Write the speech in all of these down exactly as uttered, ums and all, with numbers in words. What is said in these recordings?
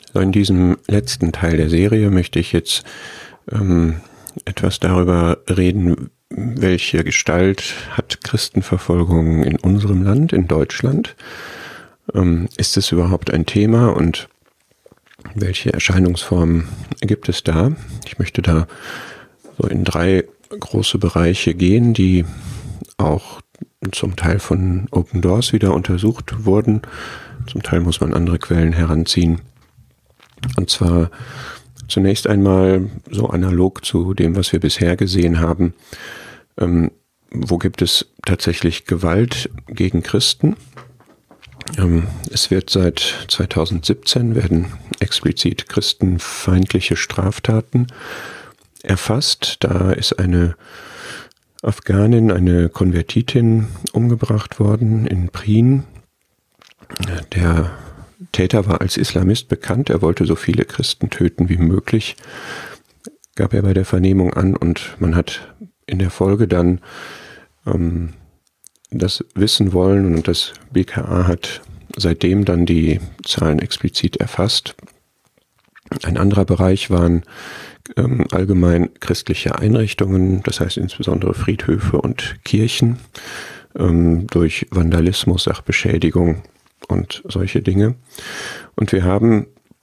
So, in diesem letzten Teil der Serie möchte ich jetzt ähm, etwas darüber reden, welche Gestalt hat Christenverfolgung in unserem Land, in Deutschland? Ähm, ist es überhaupt ein Thema und welche Erscheinungsformen gibt es da? Ich möchte da so in drei große Bereiche gehen, die auch zum Teil von Open Doors wieder untersucht wurden. Zum Teil muss man andere Quellen heranziehen. Und zwar zunächst einmal so analog zu dem, was wir bisher gesehen haben. Ähm, wo gibt es tatsächlich Gewalt gegen Christen? Ähm, es wird seit zweitausendsiebzehn werden explizit christenfeindliche Straftaten erfasst. Da ist eine Afghanin, eine Konvertitin umgebracht worden in Prien. Der Täter war als Islamist bekannt. Er wollte so viele Christen töten wie möglich, gab er bei der Vernehmung an, und man hat in der Folge dann ähm, das wissen wollen, und das B K A hat seitdem dann die Zahlen explizit erfasst. Ein anderer Bereich waren ähm, allgemein christliche Einrichtungen, das heißt insbesondere Friedhöfe und Kirchen, ähm, durch Vandalismus, Sachbeschädigung und solche Dinge. Und wir haben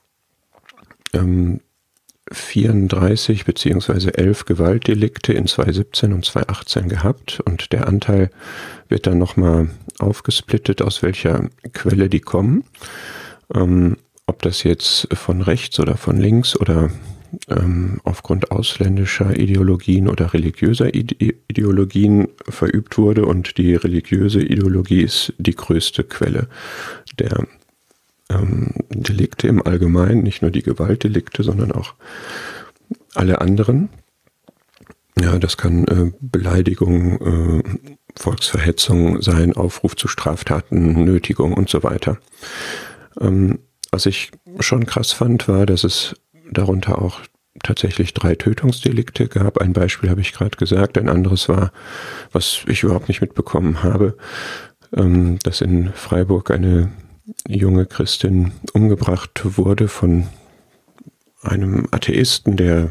ähm, vierunddreißig beziehungsweise elf Gewaltdelikte in zweitausendsiebzehn und zweitausendachtzehn gehabt, und der Anteil wird dann nochmal aufgesplittet, aus welcher Quelle die kommen. Ähm, ob das jetzt von rechts oder von links oder ähm, aufgrund ausländischer Ideologien oder religiöser Ide- Ideologien verübt wurde, und die religiöse Ideologie ist die größte Quelle der ähm, Delikte im Allgemeinen, nicht nur die Gewaltdelikte, sondern auch alle anderen. Ja, das kann äh, Beleidigung, äh, Volksverhetzung sein, Aufruf zu Straftaten, Nötigung und so weiter. Ähm, was ich schon krass fand, war, dass es darunter auch tatsächlich drei Tötungsdelikte gab. Ein Beispiel habe ich gerade gesagt, ein anderes war, was ich überhaupt nicht mitbekommen habe, ähm, dass in Freiburg eine junge Christin umgebracht wurde von einem Atheisten, der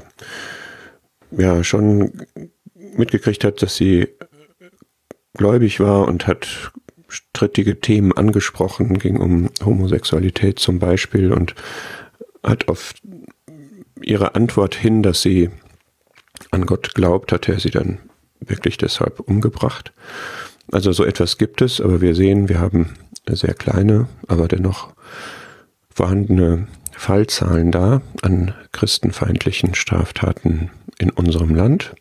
ja schon mitgekriegt hat, dass sie gläubig war, und hat strittige Themen angesprochen, ging um Homosexualität zum Beispiel, und hat auf ihre Antwort hin, dass sie an Gott glaubt, hat er sie dann wirklich deshalb umgebracht. Also so etwas gibt es, aber wir sehen, wir haben sehr kleine, aber dennoch vorhandene Fallzahlen da an christenfeindlichen Straftaten in unserem Land.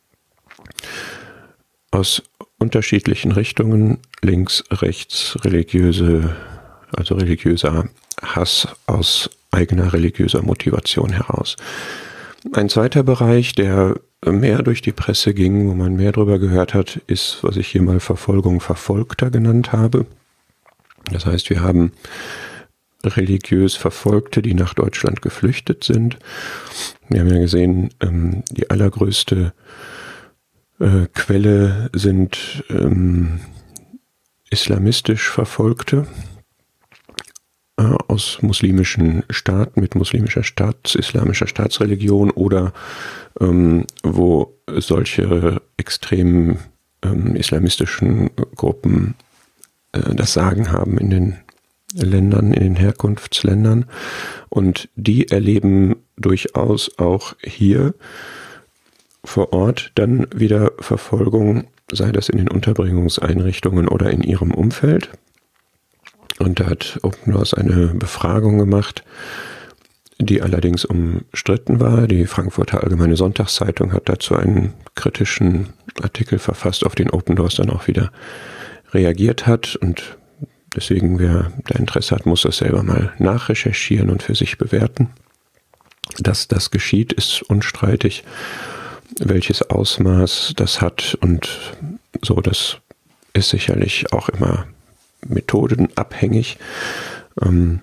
Aus unterschiedlichen Richtungen, links, rechts, religiöse, also religiöser Hass aus eigener religiöser Motivation heraus. Ein zweiter Bereich, der mehr durch die Presse ging, wo man mehr darüber gehört hat, ist, was ich hier mal Verfolgung Verfolgter genannt habe. Das heißt, wir haben religiös Verfolgte, die nach Deutschland geflüchtet sind. Wir haben ja gesehen, die allergrößte äh, Quelle sind ähm, islamistisch Verfolgte äh, aus muslimischen Staaten, mit muslimischer Staats, islamischer Staatsreligion, oder ähm, wo solche extremen ähm, islamistischen Gruppen äh, das Sagen haben in den Ländern, in den Herkunftsländern, und die erleben durchaus auch hier vor Ort dann wieder Verfolgung, sei das in den Unterbringungseinrichtungen oder in ihrem Umfeld. Und da hat Open Doors eine Befragung gemacht, die allerdings umstritten war. Die Frankfurter Allgemeine Sonntagszeitung hat dazu einen kritischen Artikel verfasst, auf den Open Doors dann auch wieder reagiert hat, und deswegen, wer da Interesse hat, muss das selber mal nachrecherchieren und für sich bewerten. Dass das geschieht, ist unstreitig. Welches Ausmaß das hat und so, das ist sicherlich auch immer methodenabhängig. Ähm,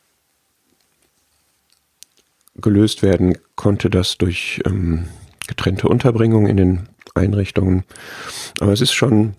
gelöst werden konnte das durch ähm, getrennte Unterbringung in den Einrichtungen. Aber es ist schon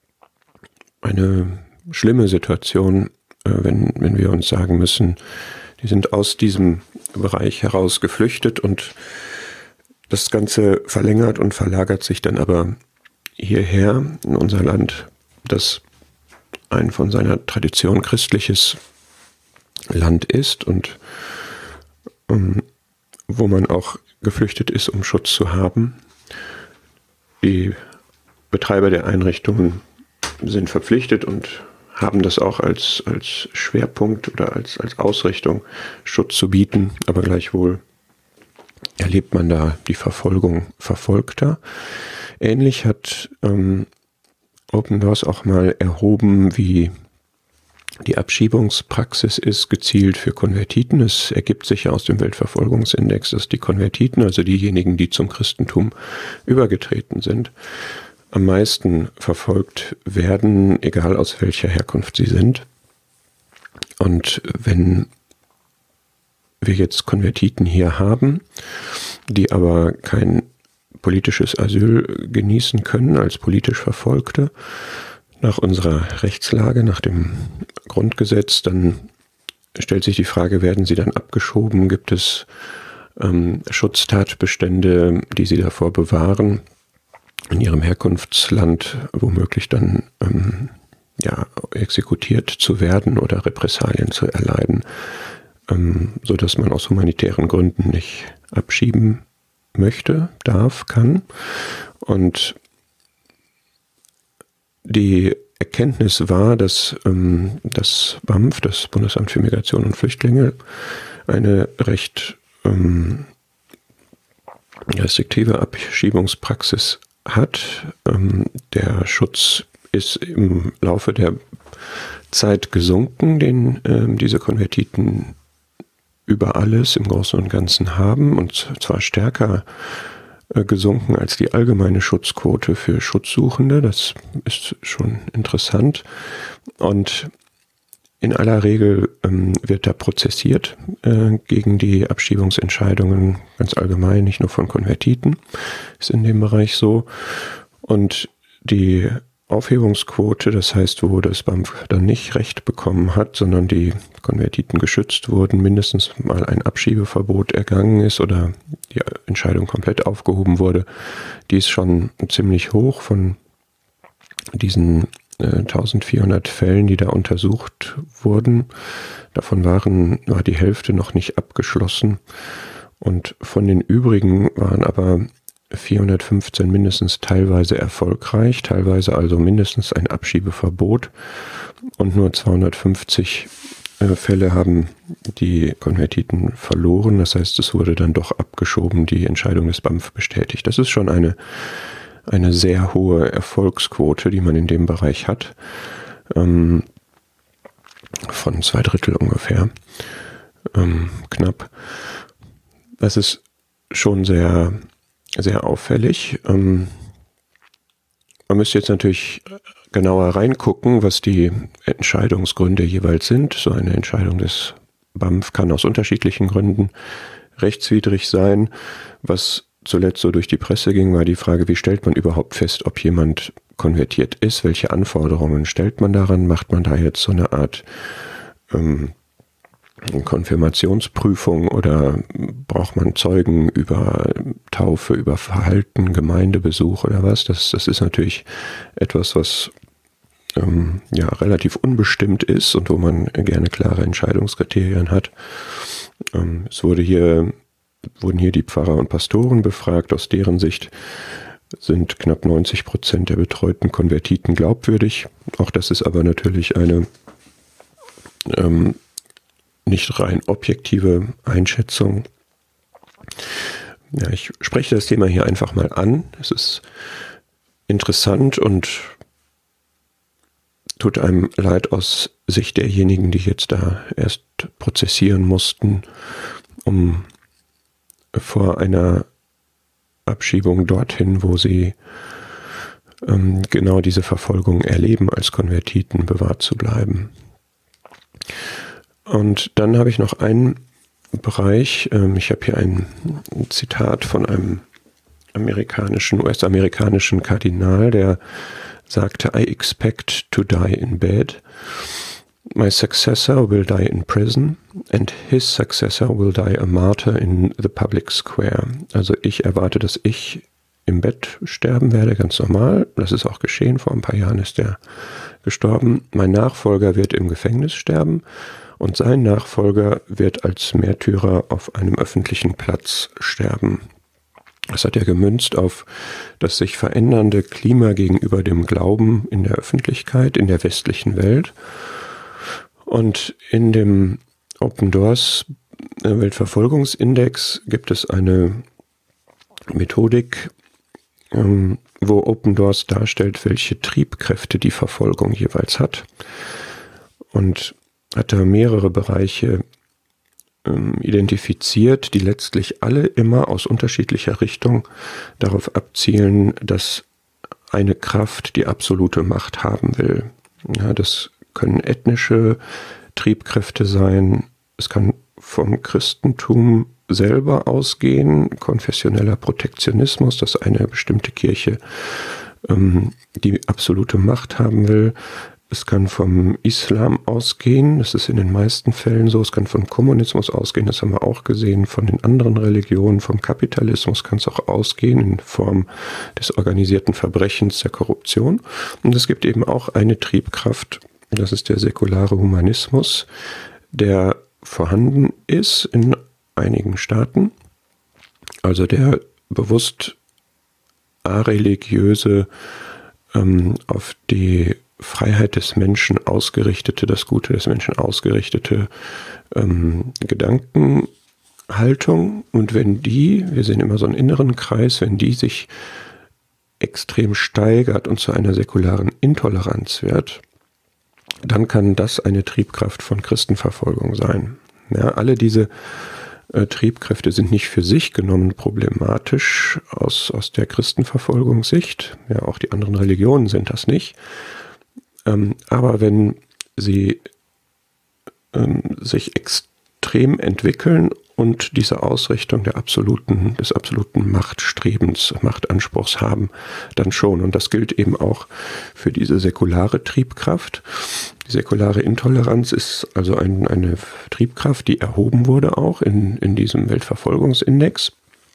eine schlimme Situation, äh, wenn, wenn wir uns sagen müssen, Die sind aus diesem Bereich heraus geflüchtet und das Ganze verlängert und verlagert sich dann aber hierher in unser Land, das ein von seiner Tradition christliches Land ist und um, wo man auch geflüchtet ist, um Schutz zu haben. Die Betreiber der Einrichtungen sind verpflichtet und haben das auch als, als Schwerpunkt oder als, als Ausrichtung, Schutz zu bieten, aber gleichwohl erlebt man da die Verfolgung Verfolgter. Ähnlich hat ähm, Open Doors auch mal erhoben, wie die Abschiebungspraxis ist, gezielt für Konvertiten. Es ergibt sich ja aus dem Weltverfolgungsindex, dass die Konvertiten, also diejenigen, die zum Christentum übergetreten sind, am meisten verfolgt werden, egal aus welcher Herkunft sie sind. Und wenn wir jetzt Konvertiten hier haben, die aber kein politisches Asyl genießen können als politisch Verfolgte, nach unserer Rechtslage, nach dem Grundgesetz, dann stellt sich die Frage, werden sie dann abgeschoben? Gibt es ähm, Schutztatbestände, die sie davor bewahren, in ihrem Herkunftsland womöglich dann ähm, ja, exekutiert zu werden oder Repressalien zu erleiden, ähm, sodass man aus humanitären Gründen nicht abschieben möchte, darf, kann. Und die Erkenntnis war, dass ähm, das B A M F, das Bundesamt für Migration und Flüchtlinge, eine recht ähm, restriktive Abschiebungspraxis hat. Ähm, der Schutz ist im Laufe der Zeit gesunken, den ähm, diese Konvertiten über alles im Großen und Ganzen haben, und zwar stärker gesunken als die allgemeine Schutzquote für Schutzsuchende. Das ist schon interessant. Und in aller Regel ähm, wird da prozessiert äh, gegen die Abschiebungsentscheidungen, ganz allgemein, nicht nur von Konvertiten, ist in dem Bereich so. Und die Aufhebungsquote, das heißt, wo das B A M F dann nicht Recht bekommen hat, sondern die Konvertiten geschützt wurden, mindestens mal ein Abschiebeverbot ergangen ist oder die Entscheidung komplett aufgehoben wurde, die ist schon ziemlich hoch. Von diesen äh, eintausendvierhundert Fällen, die da untersucht wurden, davon waren, war die Hälfte noch nicht abgeschlossen, und von den übrigen waren aber vierhundertfünfzehn mindestens teilweise erfolgreich, teilweise also mindestens ein Abschiebeverbot, und nur zweihundertfünfzig äh, Fälle haben die Konvertiten verloren. Das heißt, es wurde dann doch abgeschoben, die Entscheidung des B A M F bestätigt. Das ist schon eine, eine sehr hohe Erfolgsquote, die man in dem Bereich hat, ähm, von zwei Drittel ungefähr, ähm, knapp. Das ist schon sehr sehr auffällig. Ähm, man müsste jetzt natürlich genauer reingucken, was die Entscheidungsgründe jeweils sind. So eine Entscheidung des B A M F kann aus unterschiedlichen Gründen rechtswidrig sein. Was zuletzt so durch die Presse ging, war die Frage, wie stellt man überhaupt fest, ob jemand konvertiert ist? Welche Anforderungen stellt man daran? Macht man da jetzt so eine Art ähm, Konfirmationsprüfung oder braucht man Zeugen über Taufe, über Verhalten, Gemeindebesuch oder was? Das, das ist natürlich etwas, was ähm, ja relativ unbestimmt ist und wo man gerne klare Entscheidungskriterien hat. Ähm, es wurde hier, wurden hier die Pfarrer und Pastoren befragt. Aus deren Sicht sind knapp neunzig Prozent der betreuten Konvertiten glaubwürdig. Auch das ist aber natürlich eine ähm, nicht rein objektive Einschätzung. Ja, ich spreche das Thema hier einfach mal an. Es ist interessant und tut einem leid aus Sicht derjenigen, die jetzt da erst prozessieren mussten, um vor einer Abschiebung dorthin, wo sie ähm, genau diese Verfolgung erleben, als Konvertiten bewahrt zu bleiben. Und dann habe ich noch einen Bereich, ähm, ich habe hier ein Zitat von einem amerikanischen, U S-amerikanischen Kardinal, der sagte, I expect to die in bed. My successor will die in prison and his successor will die a martyr in the public square. Also ich erwarte, dass ich im Bett sterben werde, ganz normal. Das ist auch geschehen. Vor ein paar Jahren ist er gestorben. Mein Nachfolger wird im Gefängnis sterben und sein Nachfolger wird als Märtyrer auf einem öffentlichen Platz sterben. Das hat er gemünzt auf das sich verändernde Klima gegenüber dem Glauben in der Öffentlichkeit, in der westlichen Welt. Und in dem Open Doors Weltverfolgungsindex gibt es eine Methodik, wo Open Doors darstellt, welche Triebkräfte die Verfolgung jeweils hat. Und hat da mehrere Bereiche ähm, identifiziert, die letztlich alle immer aus unterschiedlicher Richtung darauf abzielen, dass eine Kraft die absolute Macht haben will. Ja, das können ethnische Triebkräfte sein, es kann vom Christentum selber ausgehen, konfessioneller Protektionismus, dass eine bestimmte Kirche ähm, die absolute Macht haben will. Es kann vom Islam ausgehen, das ist in den meisten Fällen so. Es kann vom Kommunismus ausgehen, das haben wir auch gesehen. Von den anderen Religionen, vom Kapitalismus kann es auch ausgehen in Form des organisierten Verbrechens, der Korruption. Und es gibt eben auch eine Triebkraft, das ist der säkulare Humanismus, der vorhanden ist in einigen Staaten, also der bewusst areligiöse, ähm, auf die Freiheit des Menschen ausgerichtete, das Gute des Menschen ausgerichtete ähm, Gedankenhaltung. Und wenn die, wir sehen immer so einen inneren Kreis, wenn die sich extrem steigert und zu einer säkularen Intoleranz wird, dann kann das eine Triebkraft von Christenverfolgung sein. Ja, alle diese äh, Triebkräfte sind nicht für sich genommen problematisch aus, aus der Christenverfolgungssicht. Ja, auch die anderen Religionen sind das nicht. Ähm, aber wenn sie ähm, sich extrem entwickeln und diese Ausrichtung der absoluten, des absoluten Machtstrebens, Machtanspruchs haben, dann schon. Und das gilt eben auch für diese säkulare Triebkraft. Die säkulare Intoleranz ist also ein, eine Triebkraft, die erhoben wurde auch in, in diesem Weltverfolgungsindex.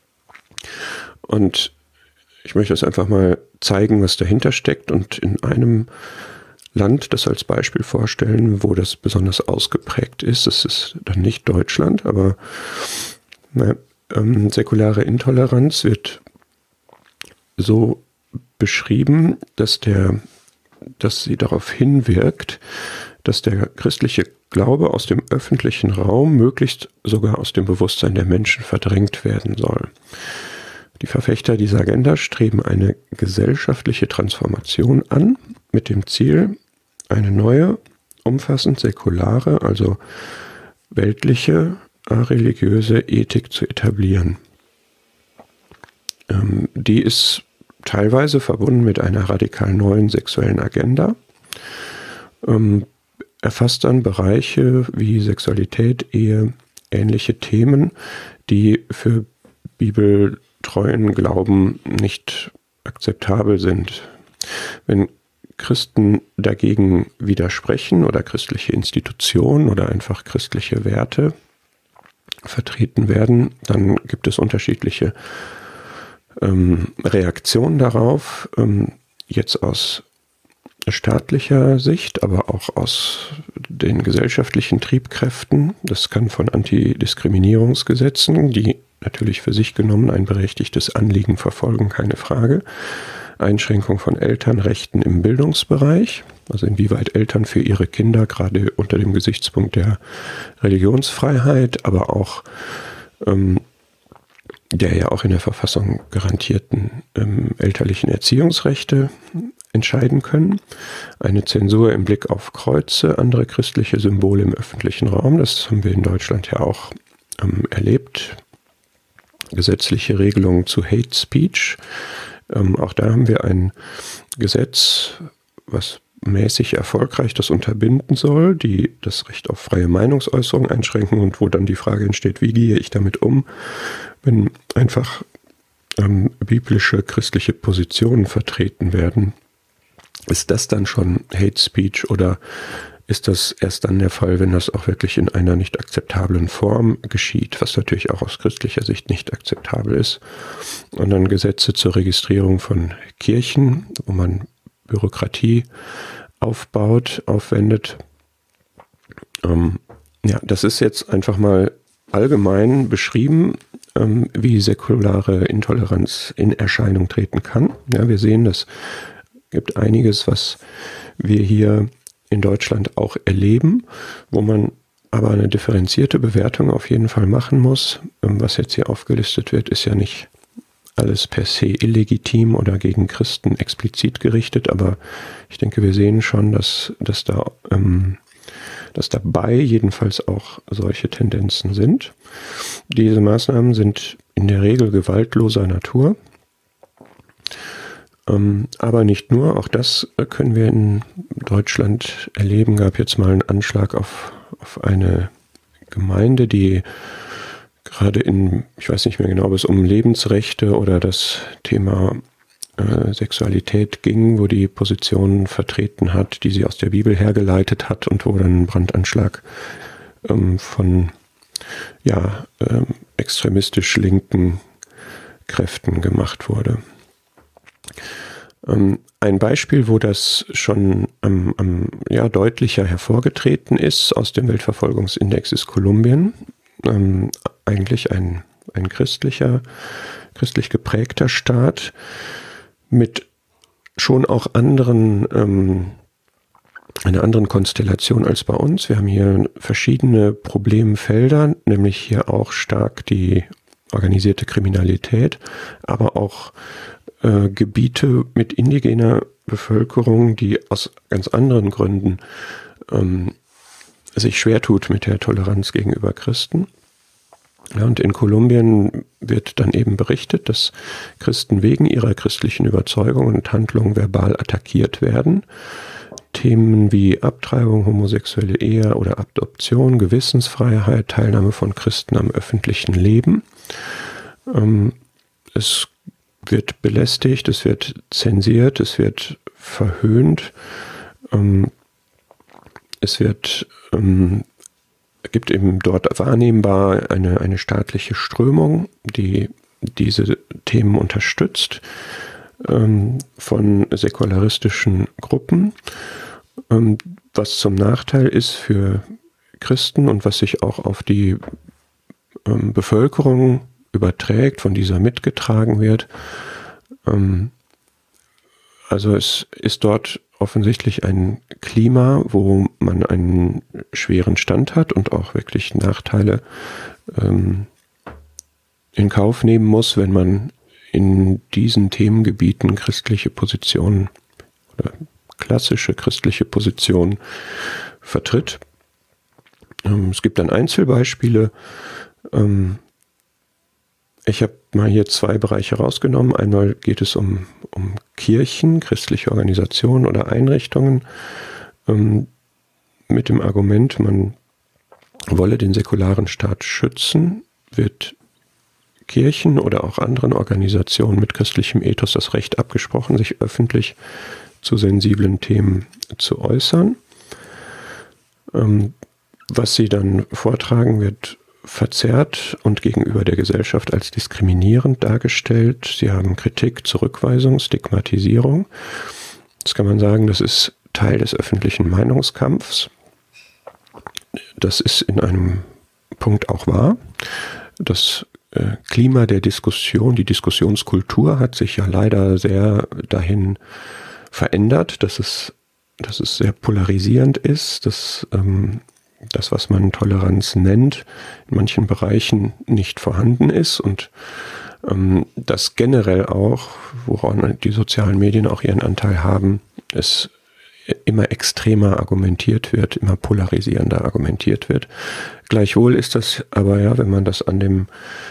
Und ich möchte das einfach mal zeigen, was dahinter steckt und in einem Land das als Beispiel vorstellen, wo das besonders ausgeprägt ist. Das ist dann nicht Deutschland, aber na, ähm, säkulare Intoleranz wird so beschrieben, dass der, dass sie darauf hinwirkt, dass der christliche Glaube aus dem öffentlichen Raum, möglichst sogar aus dem Bewusstsein der Menschen verdrängt werden soll. Die Verfechter dieser Agenda streben eine gesellschaftliche Transformation an, mit dem Ziel, eine neue, umfassend säkulare, also weltliche, religiöse Ethik zu etablieren. Ähm, die ist teilweise verbunden mit einer radikal neuen sexuellen Agenda, ähm, erfasst dann Bereiche wie Sexualität, Ehe, ähnliche Themen, die für bibeltreuen Glauben nicht akzeptabel sind. Wenn Christen dagegen widersprechen oder christliche Institutionen oder einfach christliche Werte vertreten werden, dann gibt es unterschiedliche ähm, Reaktionen darauf, ähm, jetzt aus staatlicher Sicht, aber auch aus den gesellschaftlichen Triebkräften. Das kann von Antidiskriminierungsgesetzen, die natürlich für sich genommen ein berechtigtes Anliegen verfolgen, keine Frage. Einschränkung von Elternrechten im Bildungsbereich, also inwieweit Eltern für ihre Kinder gerade unter dem Gesichtspunkt der Religionsfreiheit, aber auch ähm, der ja auch in der Verfassung garantierten ähm, elterlichen Erziehungsrechte entscheiden können. Eine Zensur im Blick auf Kreuze, andere christliche Symbole im öffentlichen Raum, das haben wir in Deutschland ja auch ähm, erlebt. Gesetzliche Regelungen zu Hate Speech. Ähm, auch da haben wir ein Gesetz, was mäßig erfolgreich das unterbinden soll, die das Recht auf freie Meinungsäußerung einschränken und wo dann die Frage entsteht, wie gehe ich damit um, wenn einfach ähm, biblische christliche Positionen vertreten werden. Ist das dann schon Hate Speech oder ist das erst dann der Fall, wenn das auch wirklich in einer nicht akzeptablen Form geschieht, was natürlich auch aus christlicher Sicht nicht akzeptabel ist. Und dann Gesetze zur Registrierung von Kirchen, wo man Bürokratie aufbaut, aufwendet. Ähm, ja, das ist jetzt einfach mal allgemein beschrieben, ähm, wie säkulare Intoleranz in Erscheinung treten kann. Ja, wir sehen, es gibt einiges, was wir hier in Deutschland auch erleben, wo man aber eine differenzierte Bewertung auf jeden Fall machen muss. Ähm, was jetzt hier aufgelistet wird, ist ja nicht alles per se illegitim oder gegen Christen explizit gerichtet, aber ich denke, wir sehen schon, dass, dass da ähm, dass dabei jedenfalls auch solche Tendenzen sind. Diese Maßnahmen sind in der Regel gewaltloser Natur, ähm, aber nicht nur, auch das können wir in Deutschland erleben. Gab jetzt mal einen Anschlag auf, auf eine Gemeinde, die gerade in, ich weiß nicht mehr genau, ob es um Lebensrechte oder das Thema äh, Sexualität ging, wo die Positionen vertreten hat, die sie aus der Bibel hergeleitet hat und wo dann ein Brandanschlag ähm, von ja, ähm, extremistisch linken Kräften gemacht wurde. Ähm, ein Beispiel, wo das schon ähm, ähm, ja, deutlicher hervorgetreten ist aus dem Weltverfolgungsindex, ist Kolumbien. Ähm, eigentlich ein, ein christlicher, christlich geprägter Staat mit schon auch anderen, ähm, einer anderen Konstellation als bei uns. Wir haben hier verschiedene Problemfelder, nämlich hier auch stark die organisierte Kriminalität, aber auch äh, Gebiete mit indigener Bevölkerung, die aus ganz anderen Gründen ähm, sich schwer tut mit der Toleranz gegenüber Christen. Ja, und in Kolumbien wird dann eben berichtet, dass Christen wegen ihrer christlichen Überzeugung und Handlungen verbal attackiert werden. Themen wie Abtreibung, homosexuelle Ehe oder Adoption, Gewissensfreiheit, Teilnahme von Christen am öffentlichen Leben. Ähm, es wird belästigt, es wird zensiert, es wird verhöhnt, ähm, es wird ähm, gibt eben dort wahrnehmbar eine, eine staatliche Strömung, die diese Themen unterstützt, ähm, von säkularistischen Gruppen, ähm, was zum Nachteil ist für Christen und was sich auch auf die ähm, Bevölkerung überträgt, von dieser mitgetragen wird. Ähm, also es ist dort offensichtlich ein Klima, wo man einen schweren Stand hat und auch wirklich Nachteile ähm, in Kauf nehmen muss, wenn man in diesen Themengebieten christliche Positionen oder klassische christliche Positionen vertritt. Ähm, es gibt dann Einzelbeispiele. Ähm, Ich habe mal hier zwei Bereiche rausgenommen. Einmal geht es um, um Kirchen, christliche Organisationen oder Einrichtungen, ähm, mit dem Argument, man wolle den säkularen Staat schützen, wird Kirchen oder auch anderen Organisationen mit christlichem Ethos das Recht abgesprochen, sich öffentlich zu sensiblen Themen zu äußern. Ähm, was sie dann vortragen, wird verzerrt und gegenüber der Gesellschaft als diskriminierend dargestellt. Sie haben Kritik, Zurückweisung, Stigmatisierung. Das kann man sagen, das ist Teil des öffentlichen Meinungskampfs. Das ist in einem Punkt auch wahr. Das äh, Klima der Diskussion, die Diskussionskultur hat sich ja leider sehr dahin verändert, dass es, dass es sehr polarisierend ist, dass ähm, das, was man Toleranz nennt, in manchen Bereichen nicht vorhanden ist und ähm, dass generell auch, woran die sozialen Medien auch ihren Anteil haben, es immer extremer argumentiert wird, immer polarisierender argumentiert wird. Gleichwohl ist das aber ja, wenn man das an dem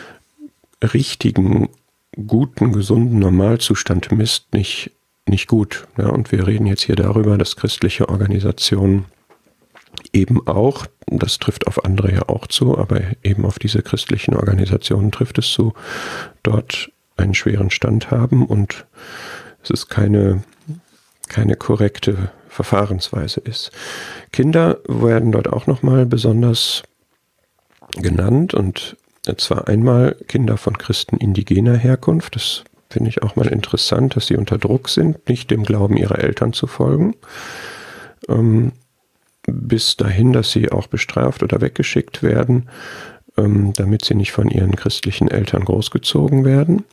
richtigen, guten, gesunden Normalzustand misst, nicht, nicht gut. Ja, und wir reden jetzt hier darüber, dass christliche Organisationen eben auch, das trifft auf andere ja auch zu, aber eben auf diese christlichen Organisationen trifft es zu, dort einen schweren Stand haben und es ist keine, keine korrekte Verfahrensweise ist. Kinder werden dort auch nochmal besonders genannt, und zwar einmal Kinder von Christen indigener Herkunft. Das finde ich auch mal interessant, dass sie unter Druck sind, nicht dem Glauben ihrer Eltern zu folgen, ähm, bis dahin, dass sie auch bestraft oder weggeschickt werden, ähm, damit sie nicht von ihren christlichen Eltern großgezogen werden.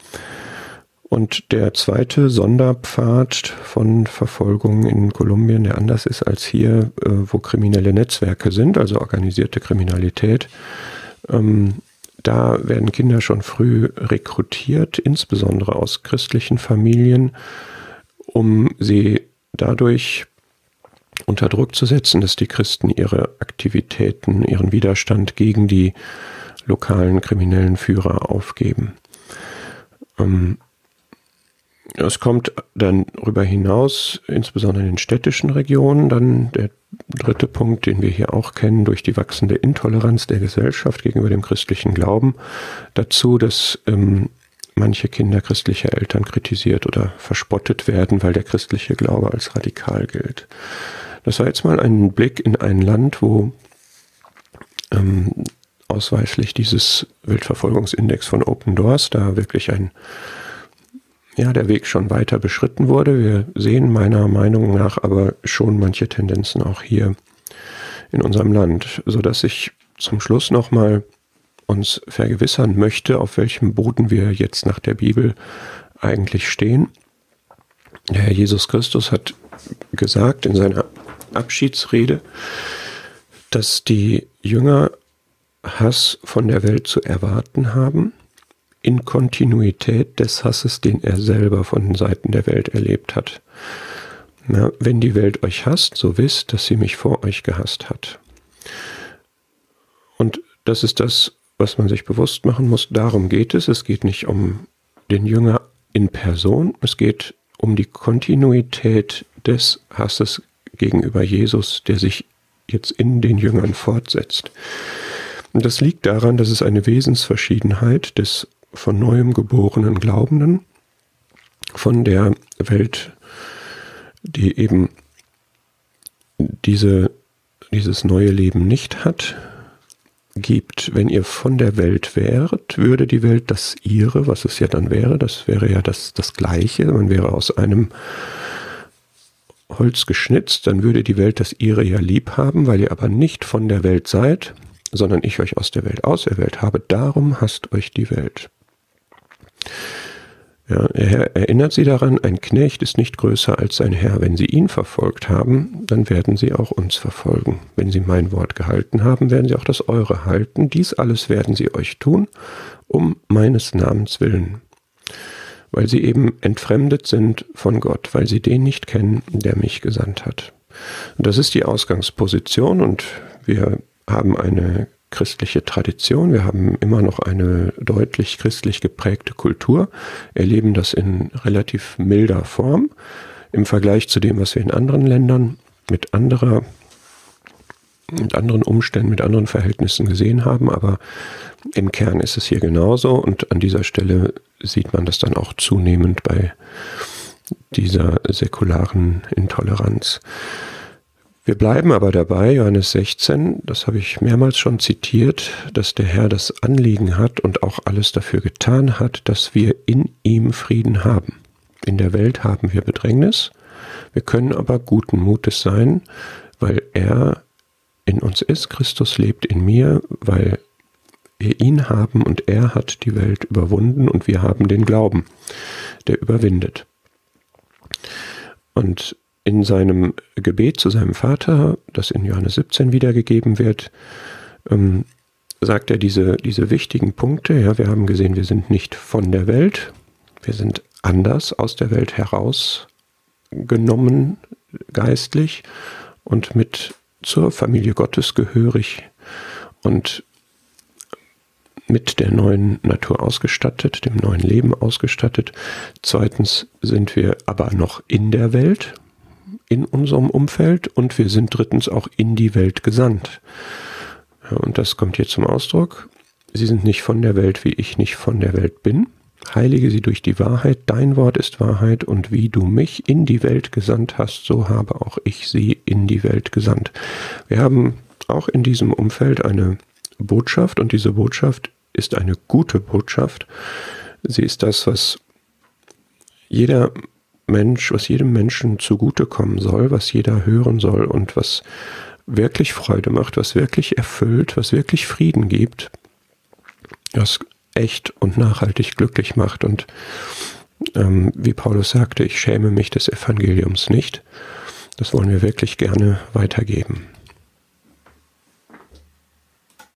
Und der zweite Sonderpfad von Verfolgung in Kolumbien, der anders ist als hier, äh, wo kriminelle Netzwerke sind, also organisierte Kriminalität, ähm, da werden Kinder schon früh rekrutiert, insbesondere aus christlichen Familien, um sie dadurch unter Druck zu setzen, dass die Christen ihre Aktivitäten, ihren Widerstand gegen die lokalen kriminellen Führer aufgeben. Ähm, es kommt dann darüber hinaus, insbesondere in den städtischen Regionen, dann der dritte Punkt, den wir hier auch kennen, durch die wachsende Intoleranz der Gesellschaft gegenüber dem christlichen Glauben, dazu, dass ähm, manche Kinder christlicher Eltern kritisiert oder verspottet werden, weil der christliche Glaube als radikal gilt. Das war jetzt mal ein Blick in ein Land, wo ähm, ausweislich dieses Weltverfolgungsindex von Open Doors da wirklich ein ja, der Weg schon weiter beschritten wurde. Wir sehen meiner Meinung nach aber schon manche Tendenzen auch hier in unserem Land, sodass ich zum Schluss nochmal uns vergewissern möchte, auf welchem Boden wir jetzt nach der Bibel eigentlich stehen. Der Herr Jesus Christus hat gesagt in seiner Abschiedsrede, dass die Jünger Hass von der Welt zu erwarten haben, in Kontinuität des Hasses, den er selber von den Seiten der Welt erlebt hat. Na, wenn die Welt euch hasst, so wisst, dass sie mich vor euch gehasst hat. Und das ist das, was man sich bewusst machen muss. Darum geht es. Es geht nicht um den Jünger in Person. Es geht um die Kontinuität des Hasses gegenüber Jesus, der sich jetzt in den Jüngern fortsetzt. Und das liegt daran, dass es eine Wesensverschiedenheit des von neuem geborenen Glaubenden von der Welt, die eben diese, dieses neue Leben nicht hat, gibt. Wenn ihr von der Welt wäret, würde die Welt das ihre, was es ja dann wäre, das wäre ja das, das Gleiche, man wäre aus einem Holz geschnitzt, dann würde die Welt das ihre ja lieb haben, weil ihr aber nicht von der Welt seid, sondern ich euch aus der Welt auserwählt habe, darum hasst euch die Welt. Ja, er erinnert sie daran, ein Knecht ist nicht größer als sein Herr. Wenn sie ihn verfolgt haben, dann werden sie auch uns verfolgen. Wenn sie mein Wort gehalten haben, werden sie auch das eure halten. Dies alles werden sie euch tun, um meines Namens willen. Weil sie eben entfremdet sind von Gott, weil sie den nicht kennen, der mich gesandt hat. Und das ist die Ausgangsposition, und wir haben eine christliche Tradition, wir haben immer noch eine deutlich christlich geprägte Kultur, erleben das in relativ milder Form im Vergleich zu dem, was wir in anderen Ländern mit anderer, mit anderen Umständen, mit anderen Verhältnissen gesehen haben, aber im Kern ist es hier genauso, und an dieser Stelle sieht man das dann auch zunehmend bei dieser säkularen Intoleranz. Wir bleiben aber dabei, Johannes sechzehn, das habe ich mehrmals schon zitiert, dass der Herr das Anliegen hat und auch alles dafür getan hat, dass wir in ihm Frieden haben. In der Welt haben wir Bedrängnis, wir können aber guten Mutes sein, weil er in uns ist, Christus lebt in mir, weil wir ihn haben und er hat die Welt überwunden und wir haben den Glauben, der überwindet. Und in seinem Gebet zu seinem Vater, das in Johannes siebzehn wiedergegeben wird, ähm, sagt er diese, diese wichtigen Punkte. Ja, wir haben gesehen, wir sind nicht von der Welt, wir sind anders aus der Welt herausgenommen, geistlich und mit zur Familie Gottes gehörig und mit der neuen Natur ausgestattet, dem neuen Leben ausgestattet. Zweitens sind wir aber noch in der Welt, in unserem Umfeld, und wir sind drittens auch in die Welt gesandt. Ja, und das kommt hier zum Ausdruck. Sie sind nicht von der Welt, wie ich nicht von der Welt bin. heilige sie durch die Wahrheit, dein Wort ist Wahrheit, und wie du mich in die Welt gesandt hast, so habe auch ich sie in die Welt gesandt. Wir haben auch in diesem Umfeld eine Botschaft, und diese Botschaft ist eine gute Botschaft. Sie ist das, was jeder Mensch, was jedem Menschen zugutekommen soll, was jeder hören soll und was wirklich Freude macht, was wirklich erfüllt, was wirklich Frieden gibt, was echt und nachhaltig glücklich macht. Und ähm, wie Paulus sagte, ich schäme mich des Evangeliums nicht. Das wollen wir wirklich gerne weitergeben.